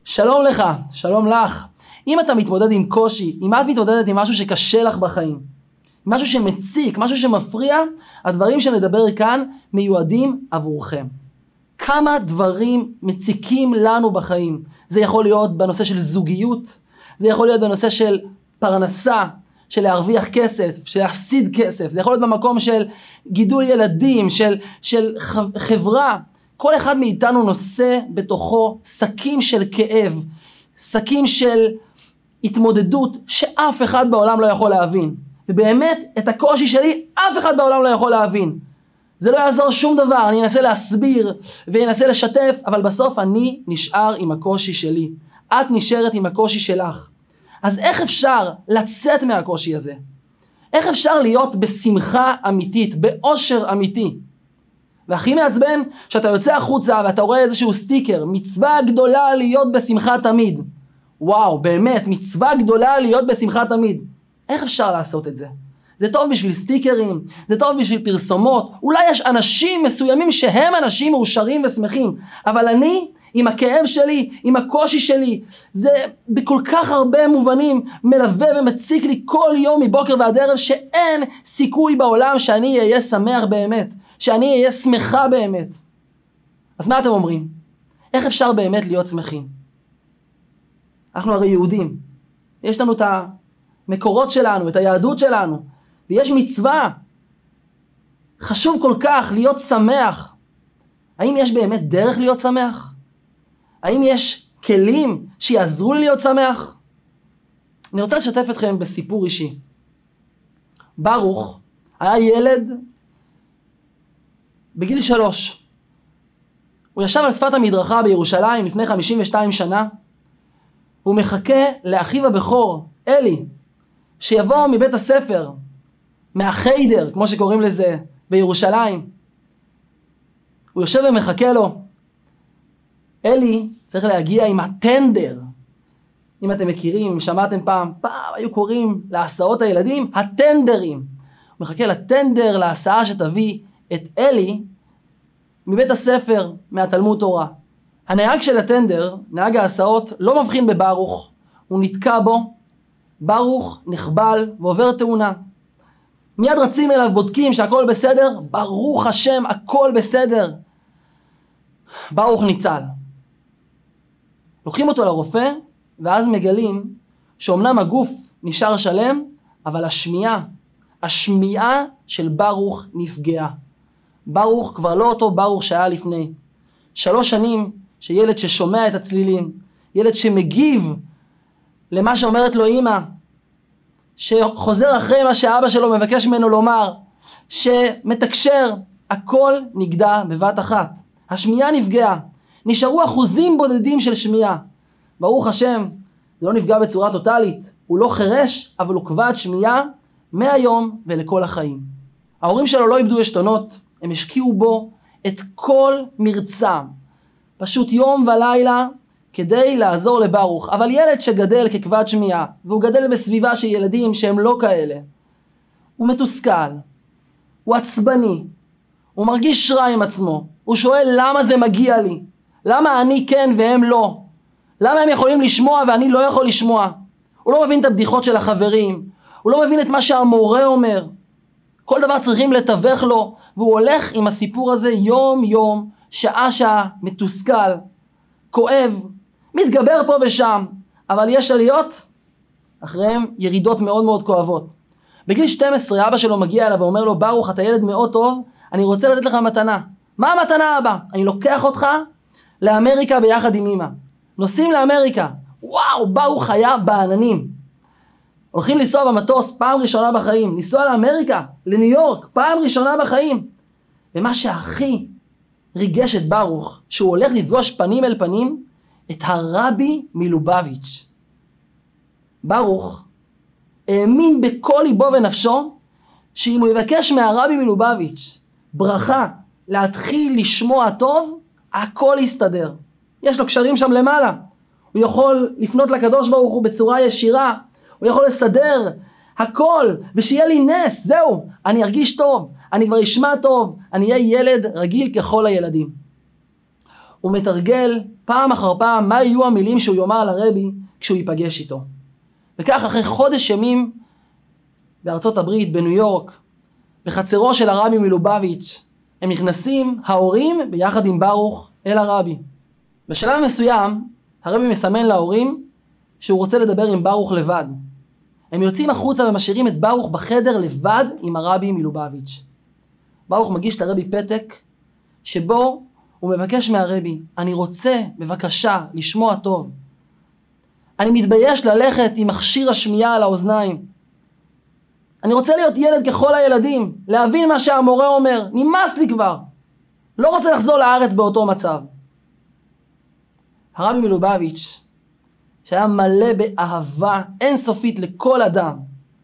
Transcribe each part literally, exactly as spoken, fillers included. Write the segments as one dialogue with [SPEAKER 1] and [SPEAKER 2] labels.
[SPEAKER 1] שלום לך, שלום לך. אם אתה מתמודד עם קושי, אם את מתמודדת עם משהו שקשה לך בחיים, משהו שמציק, משהו שמפריע, הדברים שנדבר כאן מיועדים עבורכם. כמה דברים מציקים לנו בחיים. זה יכול להיות בנושא של זוגיות, זה יכול להיות בנושא של פרנסה, של להרוויח כסף, של להפסיד כסף, זה יכול להיות במקום של גידול ילדים, של, של חברה. כל אחד מאיתנו נושא בתוכו שקים של כאב, שקים של התמודדות שאף אחד בעולם לא יכול להבין. ובאמת את הקושי שלי אף אחד בעולם לא יכול להבין. זה לא יעזור שום דבר, אני אנסה להסביר ואנסה לשתף, אבל בסוף אני נשאר עם הקושי שלי. את נשארת עם הקושי שלך. אז איך אפשר לצאת מהקושי הזה? איך אפשר להיות בשמחה אמיתית, באושר אמיתי? והכי מעצבן שאתה יוצא החוצה ואתה רואה איזשהו סטיקר, מצווה גדולה להיות בשמחה תמיד. וואו, באמת, מצווה גדולה להיות בשמחה תמיד. איך אפשר לעשות את זה? זה טוב בשביל סטיקרים, זה טוב בשביל פרסומות, אולי יש אנשים מסוימים שהם אנשים מאושרים ושמחים, אבל אני עם הכאב שלי, עם הקושי שלי, זה בכל כך הרבה מובנים מלווה ומציק לי כל יום מבוקר ועד ערב, שאין סיכוי בעולם שאני אהיה שמח באמת, שאני אהיה שמחה באמת. אז מה אתם אומרים? איך אפשר באמת להיות שמחים? אנחנו הרי יהודים, יש לנו את המקורות שלנו, את היהדות שלנו, ויש מצווה, חשוב כל כך להיות שמח. האם יש באמת דרך להיות שמח? האם יש כלים שיעזרו לי להיות שמח? אני רוצה לשתף אתכם בסיפור אישי. ברוך היה ילד בגיל שלוש. הוא ישב על שפת המדרכה בירושלים לפני חמישים ושתיים שנה. הוא מחכה לאחיו הבכור, אלי, שיבוא מבית הספר, מהחיידר, כמו שקוראים לזה בירושלים. הוא יושב ומחכה לו. אלי צריך להגיע עם הטנדר. אם אתם מכירים, אם שמעתם פעם, פעם היו קוראים להסעות הילדים הטנדרים. הוא מחכה לטנדר, להסעה שתביא את אלי מבית הספר, מהתלמוד תורה. הנהג של הטנדר, נהג ההסעות, לא מבחין בברוך. הוא נתקע בו, ברוך נחבל ועובר תאונה. מיד רצים אליו, בודקים שהכל בסדר, ברוך השם, הכל בסדר. ברוך ניצל. לוקחים אותו לרופא, ואז מגלים שאומנם הגוף נשאר שלם, אבל השמיעה, השמיעה של ברוך נפגעה. ברוך כבר לא אותו ברוך שהיה לפני. שלוש שנים שילד ששומע את הצלילים, ילד שמגיב למה שאומרת לו אמא, שחוזר אחרי מה שאבא שלו מבקש ממנו לומר, שמתקשר, הכל נגדע בבת אחת. השמיעה נפגעה, נשארו אחוזים בודדים של שמיעה. ברוך השם, זה לא נפגע בצורה טוטלית, הוא לא חרש, אבל הוא כבד שמיעה מהיום ולכל החיים. ההורים שלו לא איבדו עשתונות, הם השקיעו בו את כל מרצם, פשוט יום ולילה, כדי לעזור לברוך. אבל ילד שגדל ככבד שמיעה, והוא גדל בסביבה של ילדים שהם לא כאלה, הוא מתוסכל, הוא עצבני, הוא מרגיש רע עם עצמו, הוא שואל למה זה מגיע לי, למה אני כן והם לא, למה הם יכולים לשמוע ואני לא יכול לשמוע. הוא לא מבין את הבדיחות של החברים, הוא לא מבין את מה שהמורה אומר, כל דבר צריכים לתווך לו, והוא הולך עם הסיפור הזה יום יום, שעה שעה, מתוסכל, כואב, מתגבר פה ושם, אבל יש עליות, אחריהם ירידות מאוד מאוד כואבות. בגיל שתים עשרה אבא שלו מגיע אליו ואומר לו, ברוך, אתה ילד מאוד טוב, אני רוצה לתת לך מתנה. מה המתנה אבא? אני לוקח אותך לאמריקה ביחד עם אמא. נוסעים לאמריקה. וואו, ברוך היה בעננים. הולכים לנסוע במטוס פעם ראשונה בחיים, לנסוע לאמריקה, לניו יורק, פעם ראשונה בחיים. ומה שהכי ריגש את ברוך, שהוא הולך לפגוש פנים אל פנים את הרבי מלובביץ'. ברוך האמין בכל ליבו ונפשו, שאם הוא יבקש מהרבי מלובביץ' ברכה להתחיל לשמוע טוב, הכל יסתדר. יש לו קשרים שם למעלה. הוא יכול לפנות לקדוש ברוך הוא בצורה ישירה, הוא יכול לסדר הכל, ושיהיה לי נס, זהו, אני ארגיש טוב, אני כבר אשמע טוב, אני אהיה ילד רגיל ככל הילדים. הוא מתרגל פעם אחר פעם מה יהיו המילים שהוא יאמר לרבי כשהוא ייפגש איתו. וכך אחרי חודש ימים בארצות הברית, בניו יורק, בחצרו של הרבי מלובביץ', הם נכנסים ההורים ביחד עם ברוך אל הרבי. בשלב מסוים הרבי מסמן להורים שהוא רוצה לדבר עם ברוך לבד. הם יוצאים החוצה ומשאירים את ברוך בחדר לבד עם הרבי מלובביץ'. ברוך מגיש לרבי פתק שבו הוא מבקש מהרבי, אני רוצה בבקשה לשמוע טוב. אני מתבייש ללכת עם מכשיר השמיעה על האוזניים. אני רוצה להיות ילד ככל הילדים, להבין מה שהמורה אומר, נמאס לי כבר. לא רוצה לחזור לארץ באותו מצב. הרבי מלובביץ' שהיה מלא באהבה אינסופית לכל אדם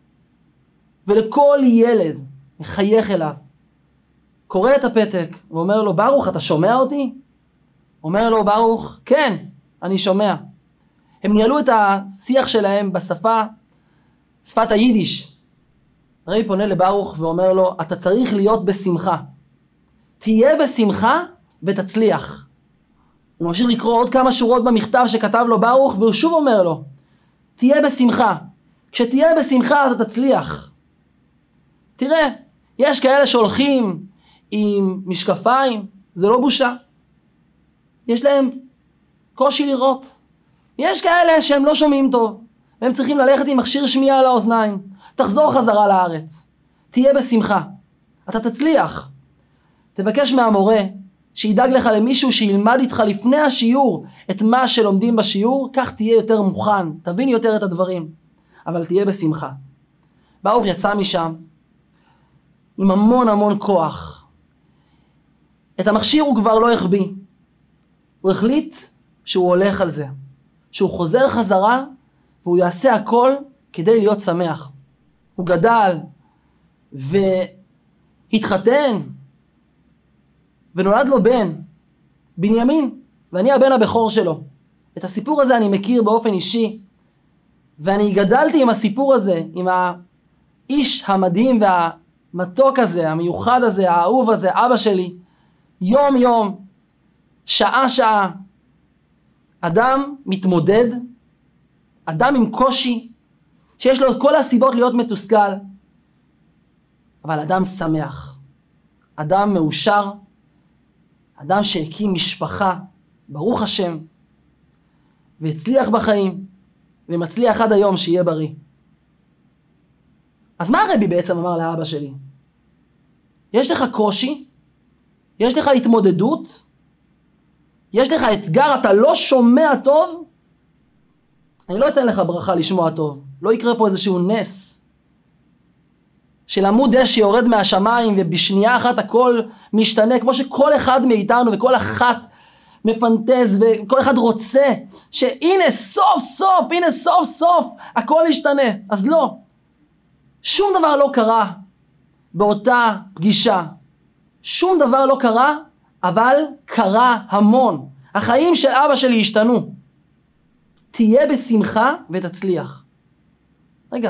[SPEAKER 1] ולכל ילד, מחייך אליו. קורא את הפתק ואומר לו, ברוך, אתה שומע אותי? אומר לו ברוך, כן, אני שומע. הם ניהלו את השיח שלהם בשפה, שפת היידיש. הרבי פונה לברוך ואומר לו, אתה צריך להיות בשמחה. תהיה בשמחה ותצליח. הוא ממשיך לקרוא עוד כמה שורות במכתב שכתב לו ברוך, והוא שוב אומר לו, תהיה בשמחה. כשתהיה בשמחה אתה תצליח. תראה, יש כאלה שהולכים עם משקפיים, זה לא בושה. יש להם קושי לראות. יש כאלה שהם לא שומעים טוב, והם צריכים ללכת עם מכשיר שמיעה על האוזניים. תחזור חזרה לארץ. תהיה בשמחה. אתה תצליח. תבקש מהמורה שידאג לך למישהו שילמד איתך לפני השיעור את מה שלומדים בשיעור, כך תהיה יותר מוכן, תבין יותר את הדברים, אבל תהיה בשמחה. ברוך יצא משם עם המון המון כוח. את המכשיר הוא כבר לא החביא. הוא החליט שהוא הולך על זה, שהוא חוזר חזרה והוא יעשה הכל כדי להיות שמח. הוא גדל והתחתן ונולד לו בן, בנימין, ואני הבן הבכור שלו. את הסיפור הזה אני מכיר באופן אישי, ואני גדלתי עם הסיפור הזה, עם האיש המדהים והמתוק הזה, המיוחד הזה, האהוב הזה, אבא שלי, יום יום, שעה שעה. אדם מתמודד, אדם עם קושי, שיש לו את כל הסיבות להיות מתוסכל, אבל אדם שמח, אדם מאושר, אדם שהקים משפחה, ברוך השם, והצליח בחיים, ומצליח עד היום שיהיה בריא. אז מה הרבי בעצם אמר לאבא שלי? יש לך קושי? יש לך התמודדות? יש לך אתגר, אתה לא שומע טוב? אני לא אתן לך ברכה לשמוע טוב. לא יקרה פה איזשהו נס. של עמוד דשא יורד מהשמיים ובשנייה אחת הכל משתנה, כמו שכל אחד מאיתנו וכל אחת מפנטז וכל אחד רוצה שהנה סוף סוף, הנה סוף סוף הכל ישתנה. אז לא. שום דבר לא קרה באותה פגישה. שום דבר לא קרה, אבל קרה המון. החיים של אבא שלי השתנו. תהיה בשמחה ותצליח. רגע.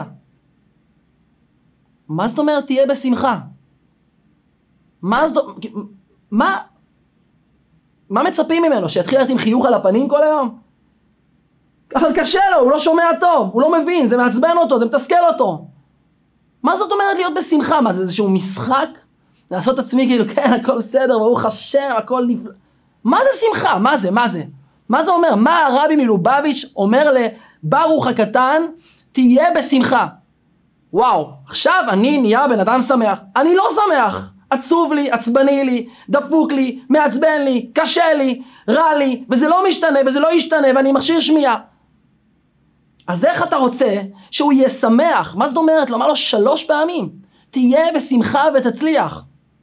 [SPEAKER 1] מה זאת אומרת תהיה בשמחה? מה זאת... מה... מה מצפים ממנו? שיתחיל להיות עם חיוך על הפנים כל היום? אבל קשה לו, הוא לא שומע טוב, הוא לא מבין, זה מעצבן אותו, זה מתסכל אותו. מה זאת אומרת להיות בשמחה? מה זה איזשהו משחק? לעשות עצמי כאילו, כן, הכל בסדר, ברוך השם, הכל נפלא. מה זה שמחה? מה זה? מה זה? מה זה אומר? מה הרבי מלובביץ' אומר לברוך הקטן? תהיה בשמחה. וואו, עכשיו אני נהיה בן אדם שמח. אני לא שמח. עצוב לי, עצבני לי, דפוק לי, מעצבן לי, קשה לי, רע לי, וזה לא משתנה, וזה לא ישתנה, ואני מכשיר שמיעה. אז איך אתה רוצה שהוא יהיה שמח? מה זאת אומרת? לומר לו שלוש פעמים. תהיה בשמחה ותצליח.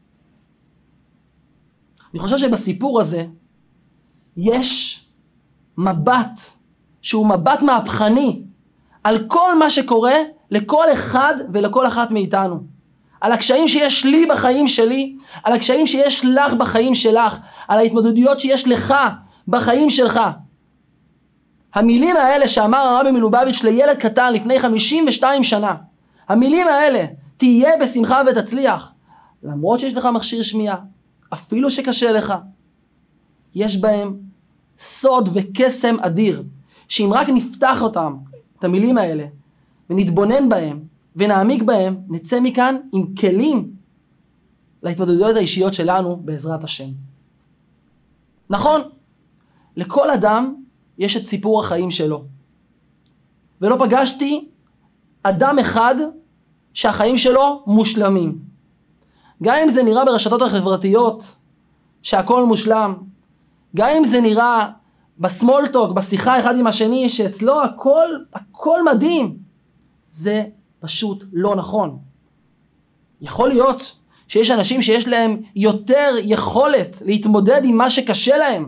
[SPEAKER 1] אני חושב שבסיפור הזה יש מבט שהוא מבט מהפכני על כל מה שקורה לכל אחד ולכל אחת מאיתנו. על הקשיים שיש לי בחיים שלי, על הקשיים שיש לך בחיים שלך, על ההתמודדויות שיש לך בחיים שלך. המילים האלה שאמר הרבי מלובביץ' לילד קטן לפני חמישים ושתיים שנה, המילים האלה, תהיה בשמחה ותצליח, למרות שיש לך מכשיר שמיעה, אפילו שקשה לך, יש בהם סוד וקסם אדיר, שאם רק נפתח אותם, את המילים האלה, ונתבונן בהם, ונעמיק בהם, נצא מכאן עם כלים להתמודדויות האישיות שלנו בעזרת השם. נכון, לכל אדם יש את סיפור החיים שלו. ולא פגשתי אדם אחד שהחיים שלו מושלמים. גם אם זה נראה ברשתות החברתיות שהכל מושלם, גם אם זה נראה בסמולטוק, בשיחה אחד עם השני, שאצלו הכל, הכל מדהים, זה פשוט לא נכון. יכול להיות שיש אנשים שיש להם יותר יכולת להתמודד עם מה שקשה להם.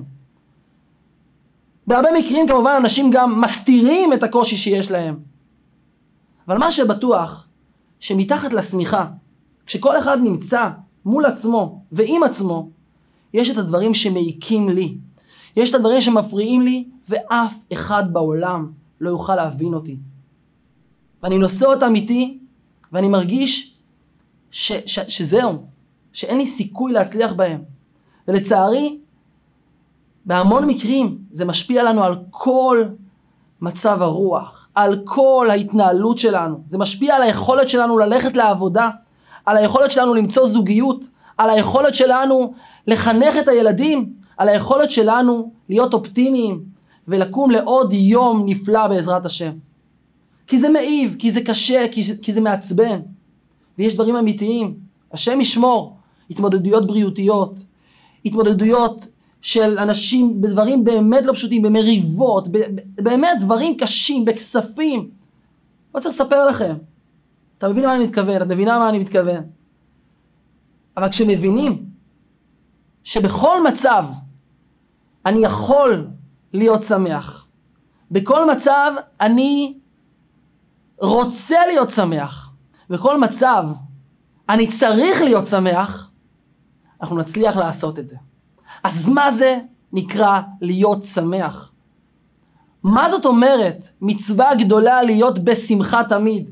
[SPEAKER 1] בהרבה מקרים כמובן אנשים גם מסתירים את הקושי שיש להם. אבל מה שבטוח, שמתחת לשמיכה, כשכל אחד נמצא מול עצמו ועם עצמו, יש את הדברים שמעיקים לי. יש את הדברים שמפריעים לי, ואף אחד בעולם לא יוכל להבין אותי. ואני נושא אותם איתי, ואני מרגיש ש, ש, שזהו, שאין לי סיכוי להצליח בהם. ולצערי, בהמון מקרים זה משפיע לנו על כל מצב הרוח, על כל ההתנהלות שלנו. זה משפיע על היכולת שלנו ללכת לעבודה, על היכולת שלנו למצוא זוגיות, על היכולת שלנו לחנך את הילדים, על היכולת שלנו להיות אופטימיים ולקום לעוד יום נפלא בעזרת השם. כי זה מעיב, כי זה קשה, כי זה, כי זה מעצבן. ויש דברים אמיתיים, השם ישמור, התמודדויות בריאותיות, התמודדויות של אנשים בדברים באמת לא פשוטים, במריבות, באמת דברים קשים, בכספים. לא צריך לספר לכם. אתה מבין מה אני מתכוון, את מבינה מה אני מתכוון. אבל כשמבינים שבכל מצב אני יכול להיות שמח, בכל מצב אני רוצה להיות שמח, בכל מצב אני צריך להיות שמח, אנחנו נצליח לעשות את זה. אז מה זה נקרא להיות שמח? מה זאת אומרת מצווה גדולה להיות בשמחה תמיד?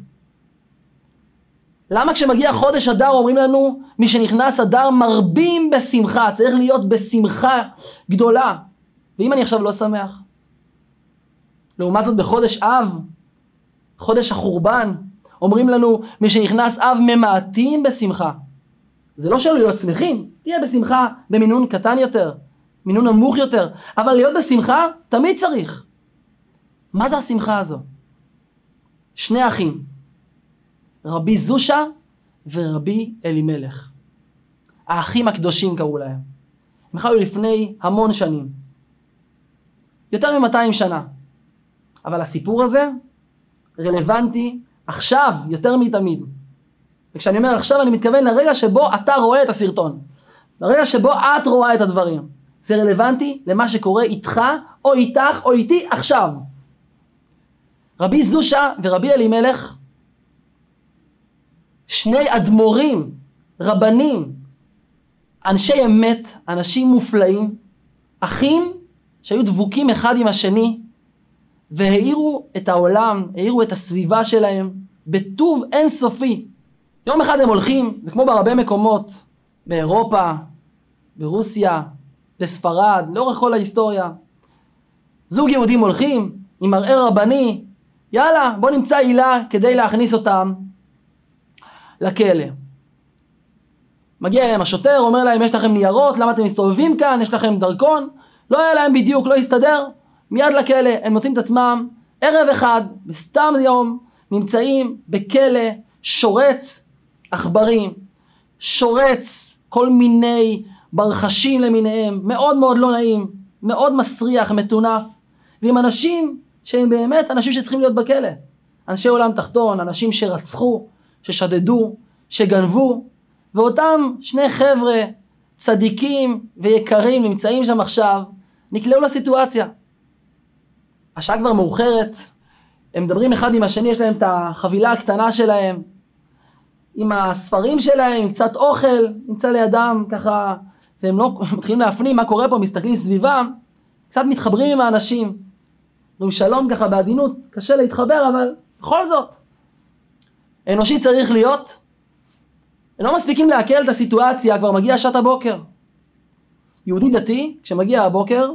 [SPEAKER 1] למה כשמגיע חודש אדר אומרים לנו מי שנכנס אדר מרבים בשמחה, צריך להיות בשמחה גדולה? ואם אני עכשיו לא שמח? לעומת זאת בחודש אב, חודש החורבן, אומרים לנו מי שנכנס אב ממעטים בשמחה. זה לא שלא להיות שמחים, תהיה בשמחה במינון קטן יותר, מינון נמוך יותר, אבל להיות בשמחה תמיד צריך. מה זה השמחה הזו? שני אחים, רבי זושה ורבי אלימלך. האחים הקדושים קראו להם. הם חיו לפני המון שנים. יותר מ-מאתיים שנה. אבל הסיפור הזה רלוונטי עכשיו יותר מתמיד. וכשאני אומר עכשיו אני מתכוון לרגע שבו אתה רואה את הסרטון. לרגע שבו את רואה את הדברים. זה רלוונטי למה שקורה איתך או איתך או איתי עכשיו. רבי זושה ורבי אלימלך, שני אדמו"רים, רבנים, אנשי אמת, אנשים מופלאים, אחים שהיו דבוקים אחד עם השני, והאירו את העולם, האירו את הסביבה שלהם, בטוב אינסופי. יום אחד הם הולכים, וכמו בהרבה מקומות, באירופה, ברוסיה, בספרד, לאורך כל ההיסטוריה, זוג יהודים הולכים עם מראה רבני, יאללה בוא נמצא עילה כדי להכניס אותם לכלא. מגיע אליהם השוטר, אומר להם יש לכם ניירות, למה אתם מסתובבים כאן, יש לכם דרכון, לא היה להם בדיוק, לא הסתדר, מיד לכלא. הם מוצאים את עצמם ערב אחד, בסתם יום, נמצאים בכלא שורץ עכברים, שורץ כל מיני ברחשים למיניהם, מאוד מאוד לא נעים, מאוד מסריח, מטונף, ועם אנשים שהם באמת אנשים שצריכים להיות בכלא. אנשי עולם תחתון, אנשים שרצחו, ששדדו, שגנבו, ואותם שני חבר'ה צדיקים ויקרים נמצאים שם עכשיו, נקלעו לסיטואציה. השעה כבר מאוחרת, הם מדברים אחד עם השני, יש להם את החבילה הקטנה שלהם, עם הספרים שלהם, עם קצת אוכל, נמצא לידם ככה, והם לא מתחילים להפנים מה קורה פה, מסתכלים סביבם, קצת מתחברים עם האנשים, אומרים שלום ככה בעדינות, קשה להתחבר, אבל בכל זאת, אנושי צריך להיות, הם לא מספיקים להקל את הסיטואציה, כבר מגיע שעת הבוקר. יהודי דתי, כשמגיע הבוקר,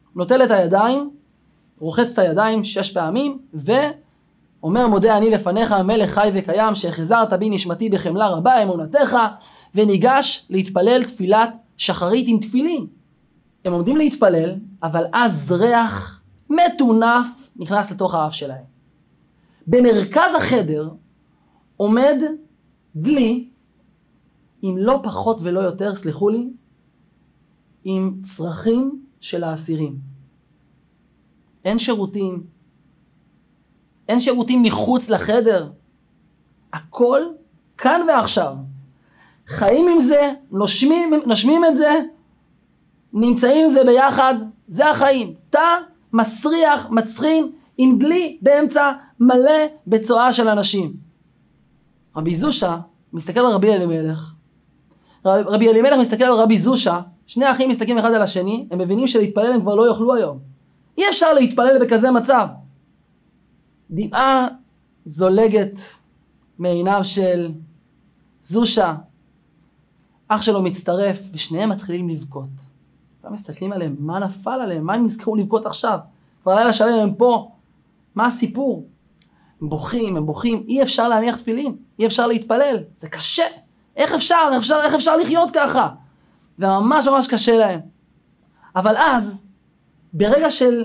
[SPEAKER 1] נוטל את הידיים, רוחץ את הידיים שש פעמים, ואומר מודה אני לפניך מלך חי וקיים, שהחזרת בי נשמתי בחמלה רבה אמונתך, וניגש להתפלל תפילת שחרית עם תפילין. הם עומדים להתפלל, אבל אז ריח מטונף נכנס לתוך האף שלהם. במרכז החדר עומד דלי, עם לא פחות ולא יותר, סליחו לי, עם צרכים של האסירים. אין שירותים, אין שירותים מחוץ לחדר, הכל כאן ועכשיו. חיים עם זה, נושמים, נושמים את זה, נמצאים עם זה ביחד, זה החיים. תא מסריח, מצחין, עם דלי באמצע מלא בצואה של אנשים. רבי זושה מסתכל על רבי אלימלך, רבי אלימלך מסתכל על רבי זושה, שני אחים מסתכלים אחד על השני, הם מבינים שלהתפלל הם כבר לא יוכלו היום. אי אפשר להתפלל בכזה מצב. דמעה זולגת מעיניו של זושה, אח שלו מצטרף, ושניהם מתחילים לבכות. הם מסתכלים עליהם, מה נפל עליהם? מה הם נזכרו לבכות עכשיו? כבר לילה שלם הם פה. מה הסיפור? הם בוכים, הם בוכים, אי אפשר להניח תפילין, אי אפשר להתפלל, זה קשה. איך אפשר? איך אפשר, איך אפשר לחיות ככה? וממש ממש קשה להם. אבל אז, ברגע של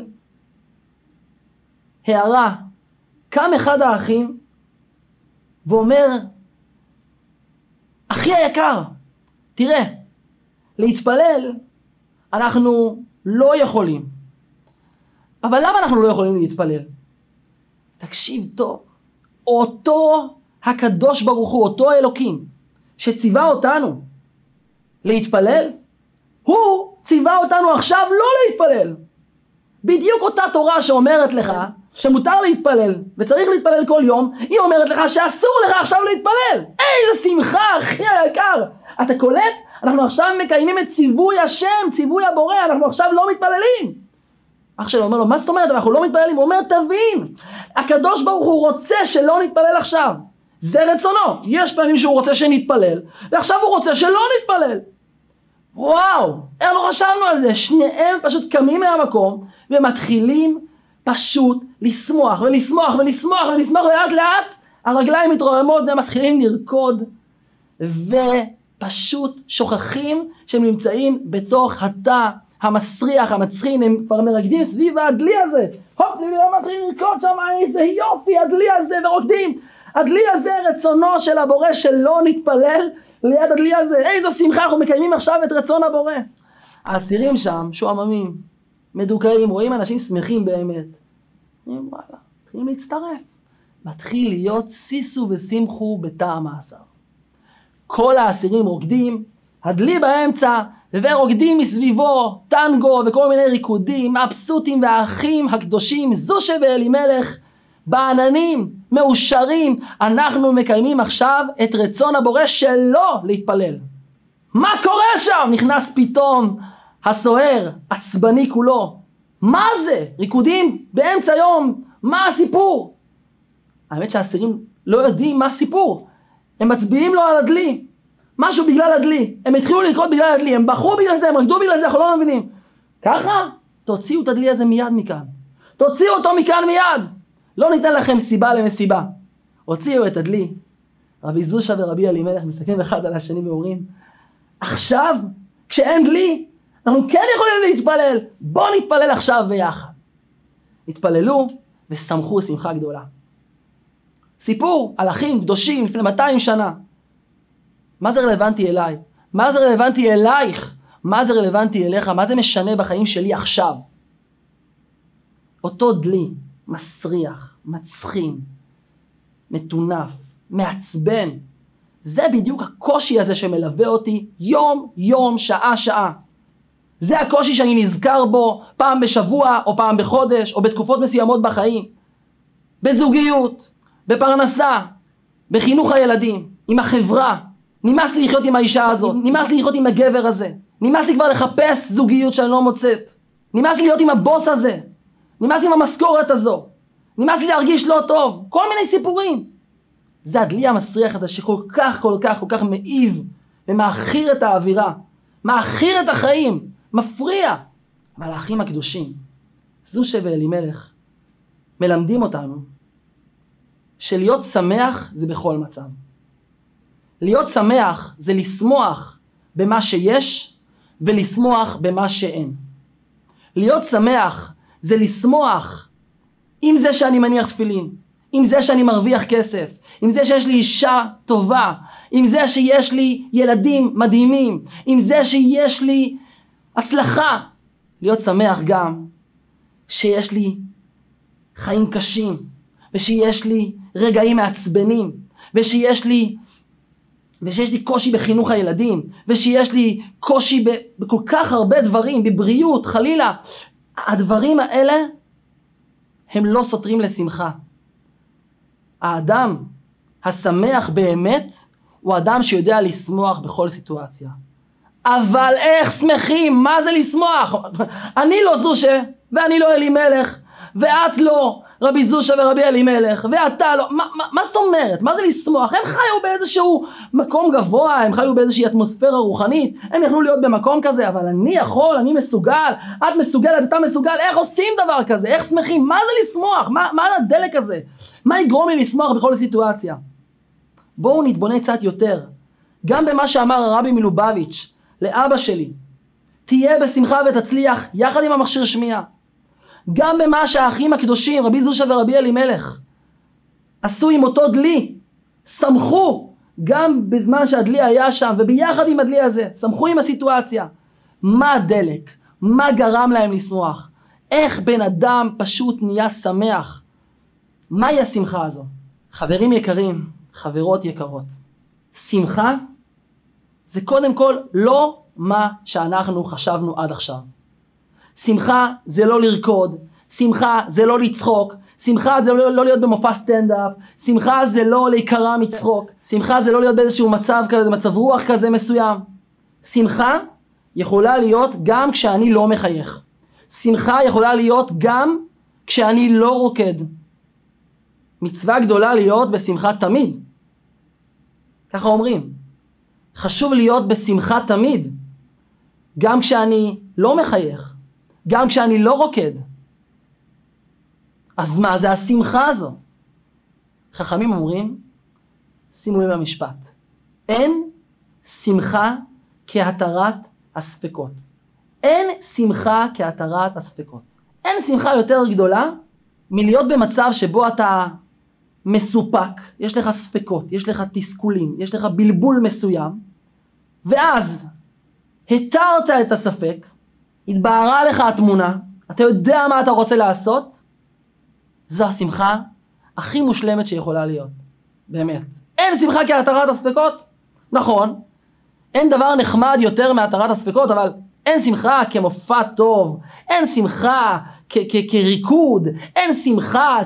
[SPEAKER 1] הערה, קם אחד האחים ואומר, אחי היקר, תראה, להתפלל אנחנו לא יכולים. אבל למה אנחנו לא יכולים להתפלל? תקשיב טוב, אותו הקדוש ברוך הוא, אותו האלוקים, שציווה אותנו להתפלל, הוא ציווה אותנו עכשיו לא להתפלל. בדיוק אותה תורה שאומרת לך שמותר להתפלל וצריך להתפלל כל יום, היא אומרת לך שאסור לך עכשיו להתפלל. איזה שמחה, אחי היקר. אתה קולט? אנחנו עכשיו מקיימים את ציווי השם, ציווי הבורא, אנחנו עכשיו לא מתפללים. אח שלו אומר לו, מה זאת אומרת? אנחנו לא מתפללים. הוא אומר, תבין, הקדוש ברוך הוא רוצה שלא נתפלל עכשיו. זה רצונו. יש פעמים שהוא רוצה שנתפלל, ועכשיו הוא רוצה שלא נתפלל. וואו, איך לא חשבנו על זה? שניהם פשוט קמים מהמקום, ומתחילים פשוט לשמוח, ולשמוח, ולשמוח, ולשמוח, ולאט לאט הרגליים מתרוממות, והם מתחילים לרקוד, ופשוט שוכחים שהם נמצאים בתוך התא המסריח, המצחין, הם כבר מרקדים סביב הדלי הזה. הופ, הם מתחילים לרקוד שם, איזה יופי, הדלי הזה, ורוקדים. הדלי הזה, רצונו של הבורא שלא נתפלל ליד הדלי הזה. איזו שמחה, אנחנו מקיימים עכשיו את רצון הבורא. האסירים שם, שועממים, מדוכאים, רואים אנשים שמחים באמת. וואלה, מתחילים להצטרף. מתחיל להיות סיסו ושמחו בתא המאסר. כל האסירים רוקדים, הדלי באמצע, ורוקדים מסביבו טנגו וכל מיני ריקודים, מבסוטים והאחים הקדושים, זושה ואלימלך, בעננים, מאושרים, אנחנו מקיימים עכשיו את רצון הבורא שלא להתפלל. מה קורה שם? נכנס פתאום הסוהר, עצבני כולו. מה זה? ריקודים באמצע יום, מה הסיפור? האמת שהאסירים לא יודעים מה הסיפור. הם מצביעים לו על הדלי. משהו בגלל הדלי. הם התחילו לרקוד בגלל הדלי. הם בחרו בגלל זה, הם רקדו בגלל זה, אנחנו לא מבינים. ככה? תוציאו את הדלי הזה מיד מכאן. תוציאו אותו מכאן מיד. לא ניתן לכם סיבה למסיבה. הוציאו את הדלי. רבי זושה ורבי אלימלך מסתכלים אחד על השני ואומרים, עכשיו, כשאין דלי, אנחנו כן יכולים להתפלל. בואו נתפלל עכשיו ביחד. התפללו ושמחו שמחה גדולה. סיפור על אחים קדושים לפני מאתיים שנה. מה זה רלוונטי אליי? מה זה רלוונטי אלייך? מה זה רלוונטי אליך? מה זה משנה בחיים שלי עכשיו? אותו דלי, מסריח, מצחין, מטונף, מעצבן. זה בדיוק הקושי הזה שמלווה אותי יום יום, שעה שעה. זה הקושי שאני נזכר בו פעם בשבוע או פעם בחודש או בתקופות מסוימות בחיים. בזוגיות, בפרנסה, בחינוך הילדים, עם החברה. נמאס לי לחיות עם האישה הזאת, נמאס לי לחיות עם הגבר הזה, נמאס לי כבר לחפש זוגיות שאני לא מוצאת, נמאס לי להיות עם הבוס הזה, נמאס לי עם המשכורת הזו, נמאס לי להרגיש לא טוב, כל מיני סיפורים. זה הדלי המסריח הזה שכל כך כל כך כל כך מעיב ומאחיר את האווירה, מאחיר את החיים, מפריע. אבל האחים הקדושים, זושה ואלימלך, מלמדים אותנו שלהיות שמח זה בכל מצב. להיות שמח זה לשמוח במה שיש ולשמוח במה שאין. להיות שמח זה לשמוח עם זה שאני מניח תפילין, עם זה שאני מרוויח כסף, עם זה שיש לי אישה טובה, עם זה שיש לי ילדים מדהימים, עם זה שיש לי הצלחה. להיות שמח גם שיש לי חיים קשים, ושיש לי רגעים מעצבנים, ושיש לי ושיש לי קושי בחינוך הילדים, ושיש לי קושי בכל כך הרבה דברים, בבריאות, חלילה. הדברים האלה הם לא סותרים לשמחה. האדם השמח באמת הוא אדם שיודע לשמוח בכל סיטואציה. אבל איך שמחים? מה זה לשמוח? אני לא זושה, ואני לא אלימלך, ואת לא רבי זושה ורבי אלימלך, ואתה לא. מה, מה, מה זאת אומרת? מה זה לשמוח? הם חיו באיזשהו מקום גבוה, הם חיו באיזושהי אטמוספירה רוחנית, הם יכלו להיות במקום כזה, אבל אני יכול, אני מסוגל, את מסוגלת, אתה מסוגל, איך עושים דבר כזה? איך שמחים? מה זה לשמוח? מה, מה הדלק הזה? מה יגרום לי לשמוח בכל סיטואציה? בואו נתבונן קצת יותר, גם במה שאמר הרבי מלובביץ' לאבא שלי, תהיה בשמחה ותצליח יחד עם המכשיר שמיעה. גם במה שהאחים הקדושים, רבי זושה ורבי אלימלך, עשו עם אותו דלי, שמחו גם בזמן שהדלי היה שם, וביחד עם הדלי הזה, שמחו עם הסיטואציה. מה הדלק? מה גרם להם לשמוח? איך בן אדם פשוט נהיה שמח? מהי השמחה הזו? חברים יקרים, חברות יקרות, שמחה זה קודם כל לא מה שאנחנו חשבנו עד עכשיו. שמחה זה לא לרקוד, שמחה זה לא לצחוק, שמחה זה לא, לא להיות במופע סטנדאפ, שמחה זה לא להיקרע מצחוק, שמחה זה לא להיות באיזשהו מצב כזה, מצב רוח כזה מסוים. שמחה יכולה להיות גם כשאני לא מחייך. שמחה יכולה להיות גם כשאני לא רוקד. מצווה גדולה להיות בשמחה תמיד. ככה אומרים. חשוב להיות בשמחה תמיד. גם כשאני לא מחייך. גם כשאני לא רוקד. אז מה זה השמחה הזו? חכמים אומרים, שימו לב למשפט, אין שמחה כהתרת הספקות. אין שמחה כהתרת הספקות. אין שמחה יותר גדולה מלהיות במצב שבו אתה מסופק, יש לך ספקות, יש לך תסכולים, יש לך בלבול מסוים, ואז התרת את הספק, התבהרה לך התמונה, אתה יודע מה אתה רוצה לעשות, זו השמחה הכי מושלמת שיכולה להיות. באמת. אין שמחה כהתרת הספקות? נכון. אין דבר נחמד יותר מהתרת הספקות, אבל אין שמחה כמופע טוב, אין שמחה כריקוד, אין שמחה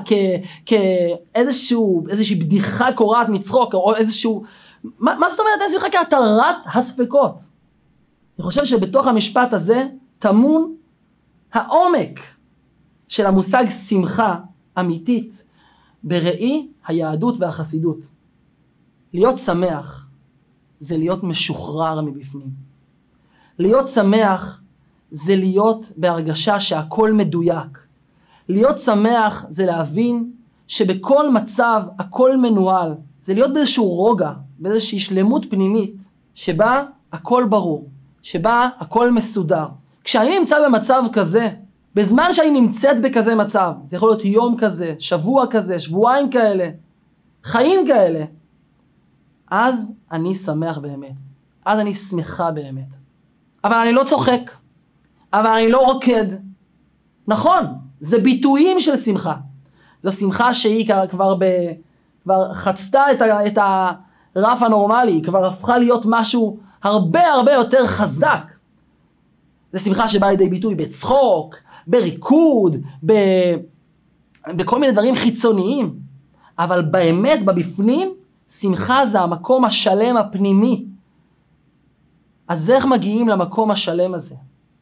[SPEAKER 1] כאיזשהו, איזושהי בדיחה קורעת מצחוק, או איזשהו, מה, מה זאת אומרת אין שמחה כהתרת הספקות? אני חושב שבתוך המשפט הזה טמון העומק של המושג שמחה אמיתית בראי היהדות והחסידות. להיות שמח זה להיות משוחרר מבפנים. להיות שמח זה להיות בהרגשה שהכל מדויק. להיות שמח זה להבין שבכל מצב הכל מנוהל. זה להיות באיזשהו רוגע, באיזושהי שלמות פנימית שבה הכל ברור, שבה הכל מסודר. כשאני נמצא במצב כזה, בזמן שאני נמצאת בכזה מצב, זה יכול להיות יום כזה, שבוע כזה, שבועיים כאלה, חיים כאלה, אז אני שמח באמת, אז אני שמחה באמת. אבל אני לא צוחק, אבל אני לא רוקד. נכון, זה ביטויים של שמחה. זו שמחה שהיא כבר, ב, כבר חצתה את, ה, את הרף הנורמלי, היא כבר הפכה להיות משהו הרבה הרבה יותר חזק. זה שמחה שבאה לידי ביטוי בצחוק, בריקוד, ב, בכל מיני דברים חיצוניים. אבל באמת, בבפנים, שמחה זה המקום השלם הפנימי. אז איך מגיעים למקום השלם הזה?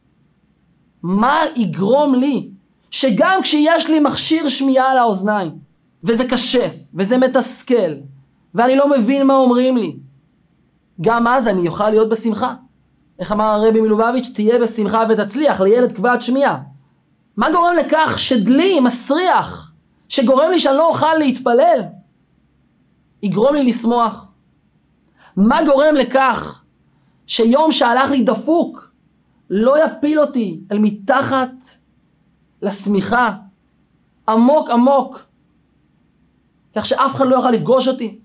[SPEAKER 1] מה יגרום לי שגם כשיש לי מכשיר שמיעה על האוזניים, וזה קשה, וזה מתסכל, ואני לא מבין מה אומרים לי, גם אז אני אוכל להיות בשמחה? איך אמר הרבי מלובביץ', תהיה בשמחה ותצליח, לילד כבד שמיעה. מה גורם לכך שדלי מסריח, שגורם לי שאני לא אוכל להתפלל, יגרום לי לשמוח? מה גורם לכך שיום שהלך לי דפוק לא יפיל אותי אל מתחת לשמיכה עמוק עמוק, כך שאף אחד לא יוכל לפגוש אותי?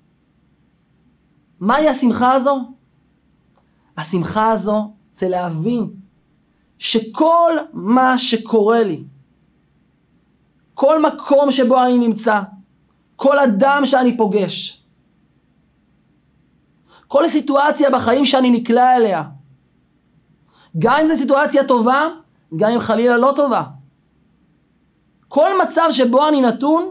[SPEAKER 1] מהי השמחה הזו? השמחה הזו זה להבין שכל מה שקורה לי, כל מקום שבו אני נמצא, כל אדם שאני פוגש, כל סיטואציה בחיים שאני נקלע אליה, גם אם זו סיטואציה טובה, גם אם חלילה לא טובה, כל מצב שבו אני נתון,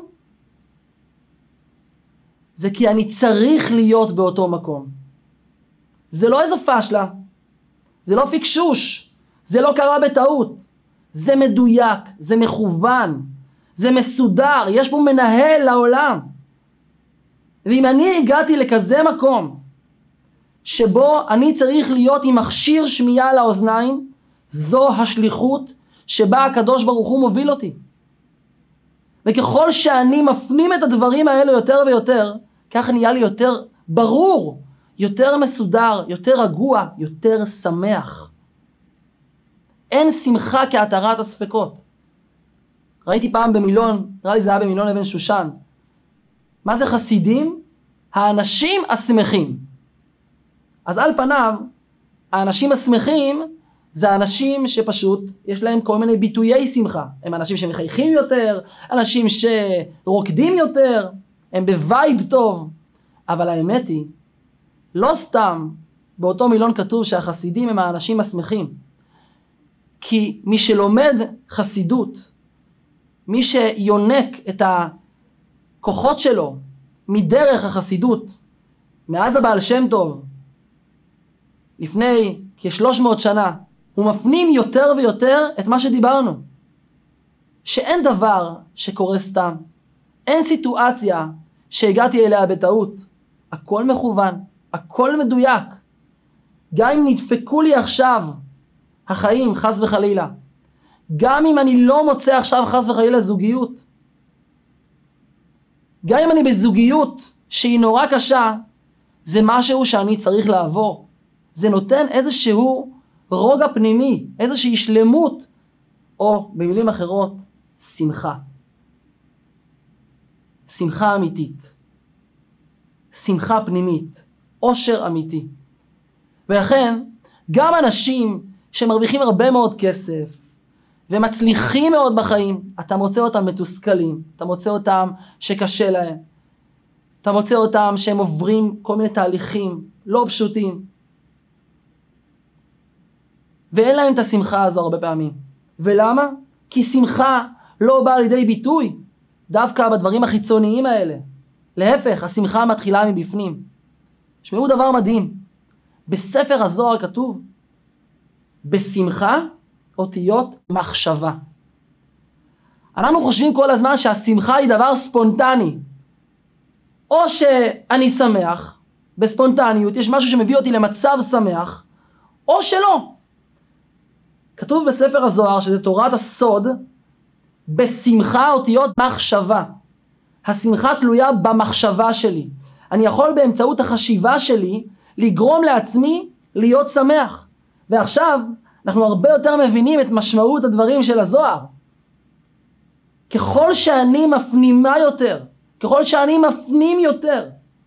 [SPEAKER 1] זה כי אני צריך להיות באותו מקום. זה לא איזו פשלה, זה לא פיקשוש, זה לא קרה בטעות, זה מדויק, זה מכוון, זה מסודר, יש פה מנהל לעולם. ואם אני הגעתי לכזה מקום, שבו אני צריך להיות עם מכשיר שמיעה לאוזניים, זו השליחות שבה הקדוש ברוך הוא מוביל אותי. וככל שאני מפנים את הדברים האלו יותר ויותר, כך נהיה לי יותר ברור, יותר מסודר, יותר רגוע, יותר שמח. אין שמחה כהתרת הספקות. ראיתי פעם במילון, נראה לי זה היה במילון אבן שושן, מה זה חסידים? האנשים השמחים. אז על פניו, האנשים השמחים זה אנשים שפשוט יש להם כל מיני ביטויי שמחה. הם אנשים שמחייכים יותר, אנשים שרוקדים יותר, הם בווייב טוב. אבל האמת היא, לא סתם באותו מילון כתוב שהחסידים הם האנשים השמחים. כי מי שלומד חסידות, מי שיונק את הכוחות שלו מדרך החסידות, מאז הבעל שם טוב, לפני כ-שלוש מאות שנה, הוא מפנים יותר ויותר את מה שדיברנו. שאין דבר שקורה סתם. אין סיטואציה שהגעתי אליה בטעות. הכל מכוון, הכל מדויק. גם אם נדפקו לי עכשיו החיים, חס וחלילה. גם אם אני לא מוצא עכשיו חס וחלילה זוגיות. גם אם אני בזוגיות שהיא נורא קשה, זה משהו שאני צריך לעבור. זה נותן איזשהו רוגע פנימי, איזושהי שלמות, או במילים אחרות, שמחה. שמחה אמיתית. שמחה פנימית. אושר אמיתי. ולכן, גם אנשים שמרוויחים הרבה מאוד כסף, ומצליחים מאוד בחיים, אתה מוצא אותם מתוסכלים, אתה מוצא אותם שקשה להם, אתה מוצא אותם שהם עוברים כל מיני תהליכים לא פשוטים, ואין להם את השמחה הזו הרבה פעמים. ולמה? כי שמחה לא באה לידי ביטוי דווקא בדברים החיצוניים האלה. להפך, השמחה מתחילה מבפנים. שמעו דבר מדהים. בספר הזוהר כתוב, בשמחה אותיות מחשבה. אנחנו חושבים כל הזמן שהשמחה היא דבר ספונטני. או שאני שמח, בספונטניות, יש משהו שמביא אותי למצב שמח, או שלא. כתוב בספר הזוהר, שזה תורת הסוד, בשמחה אותיות מחשבה. השמחה תלויה במחשבה שלי. אני יכול באמצעות החשיבה שלי לגרום לעצמי להיות שמח. ועכשיו אנחנו הרבה יותר מבינים את משמעות הדברים של הזוהר. ככל שאני מפנימה יותר, ככל שאני מפנים יותר,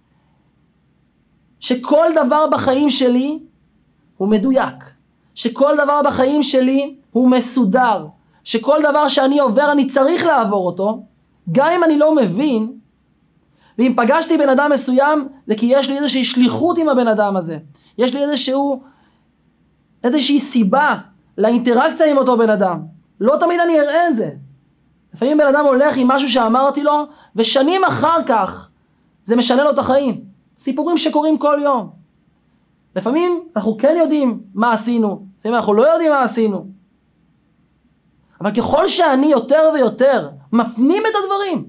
[SPEAKER 1] שכל דבר בחיים שלי הוא מדויק, שכל דבר בחיים שלי הוא מסודר, שכל דבר שאני עובר אני צריך לעבור אותו, גם אם אני לא מבין, ואם פגשתי בן אדם מסוים, זה כי יש לי איזושהי שליחות עם הבן אדם הזה, יש לי איזשהו, איזושהי סיבה לאינטראקציה עם אותו בן אדם, לא תמיד אני אראה את זה. לפעמים בן אדם הולך עם משהו שאמרתי לו, ושנים אחר כך זה משנה לו את החיים. סיפורים שקורים כל יום. לפעמים אנחנו כן יודעים מה עשינו, לפעמים אנחנו לא יודעים מה עשינו. אבל ככל שאני יותר ויותר מפנים את הדברים,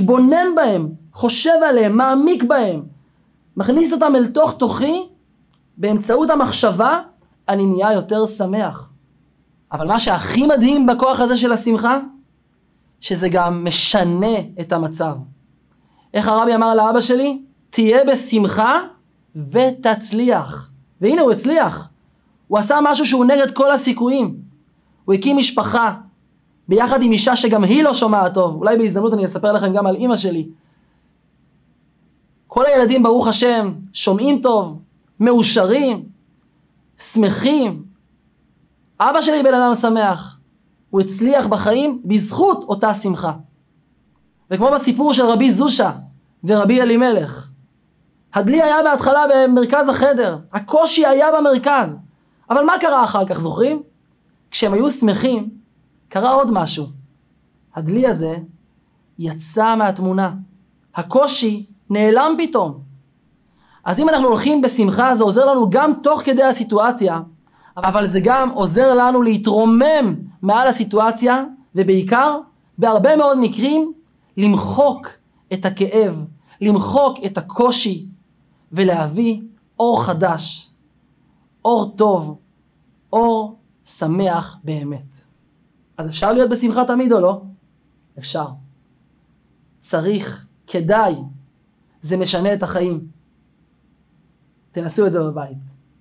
[SPEAKER 1] מתבונן בהם, חושב עליהם, מעמיק בהם, מכניס אותם אל תוך תוכי, באמצעות המחשבה אני נהיה יותר שמח. אבל מה שהכי מדהים בכוח הזה של השמחה, שזה גם משנה את המצב. איך הרבי אמר לאבא שלי? תהיה בשמחה ותצליח. והנה הוא הצליח. הוא עשה משהו שהוא נגד כל הסיכויים. הוא הקים משפחה ביחד עם אישה שגם היא לא שומעת טוב. אולי בהזדמנות אני אספר לכם גם על אמא שלי. כל הילדים ברוך השם שומעים טוב, מאושרים, שמחים. אבא שלי בן אדם שמח. הוא הצליח בחיים בזכות אותה שמחה. וכמו בסיפור של רבי זושה ורבי אלימלך, הדלי היה בהתחלה במרכז החדר, הקושי היה במרכז. אבל מה קרה אחר כך, זוכרים? כשהם היו שמחים, קרה עוד משהו. הדלי הזה יצא מהתמונה. הקושי נעלם פתאום. אז אם אנחנו הולכים בשמחה, זה עוזר לנו גם תוך כדי הסיטואציה, אבל זה גם עוזר לנו להתרומם מעל הסיטואציה, ובעיקר, בהרבה מאוד מקרים, למחוק את הכאב, למחוק את הקושי, ולהביא אור חדש, אור טוב, אור שמח באמת. אז אפשר להיות בשמחה תמיד או לא? אפשר. צריך, כדאי, זה משנה את החיים. תנסו את זה בבית.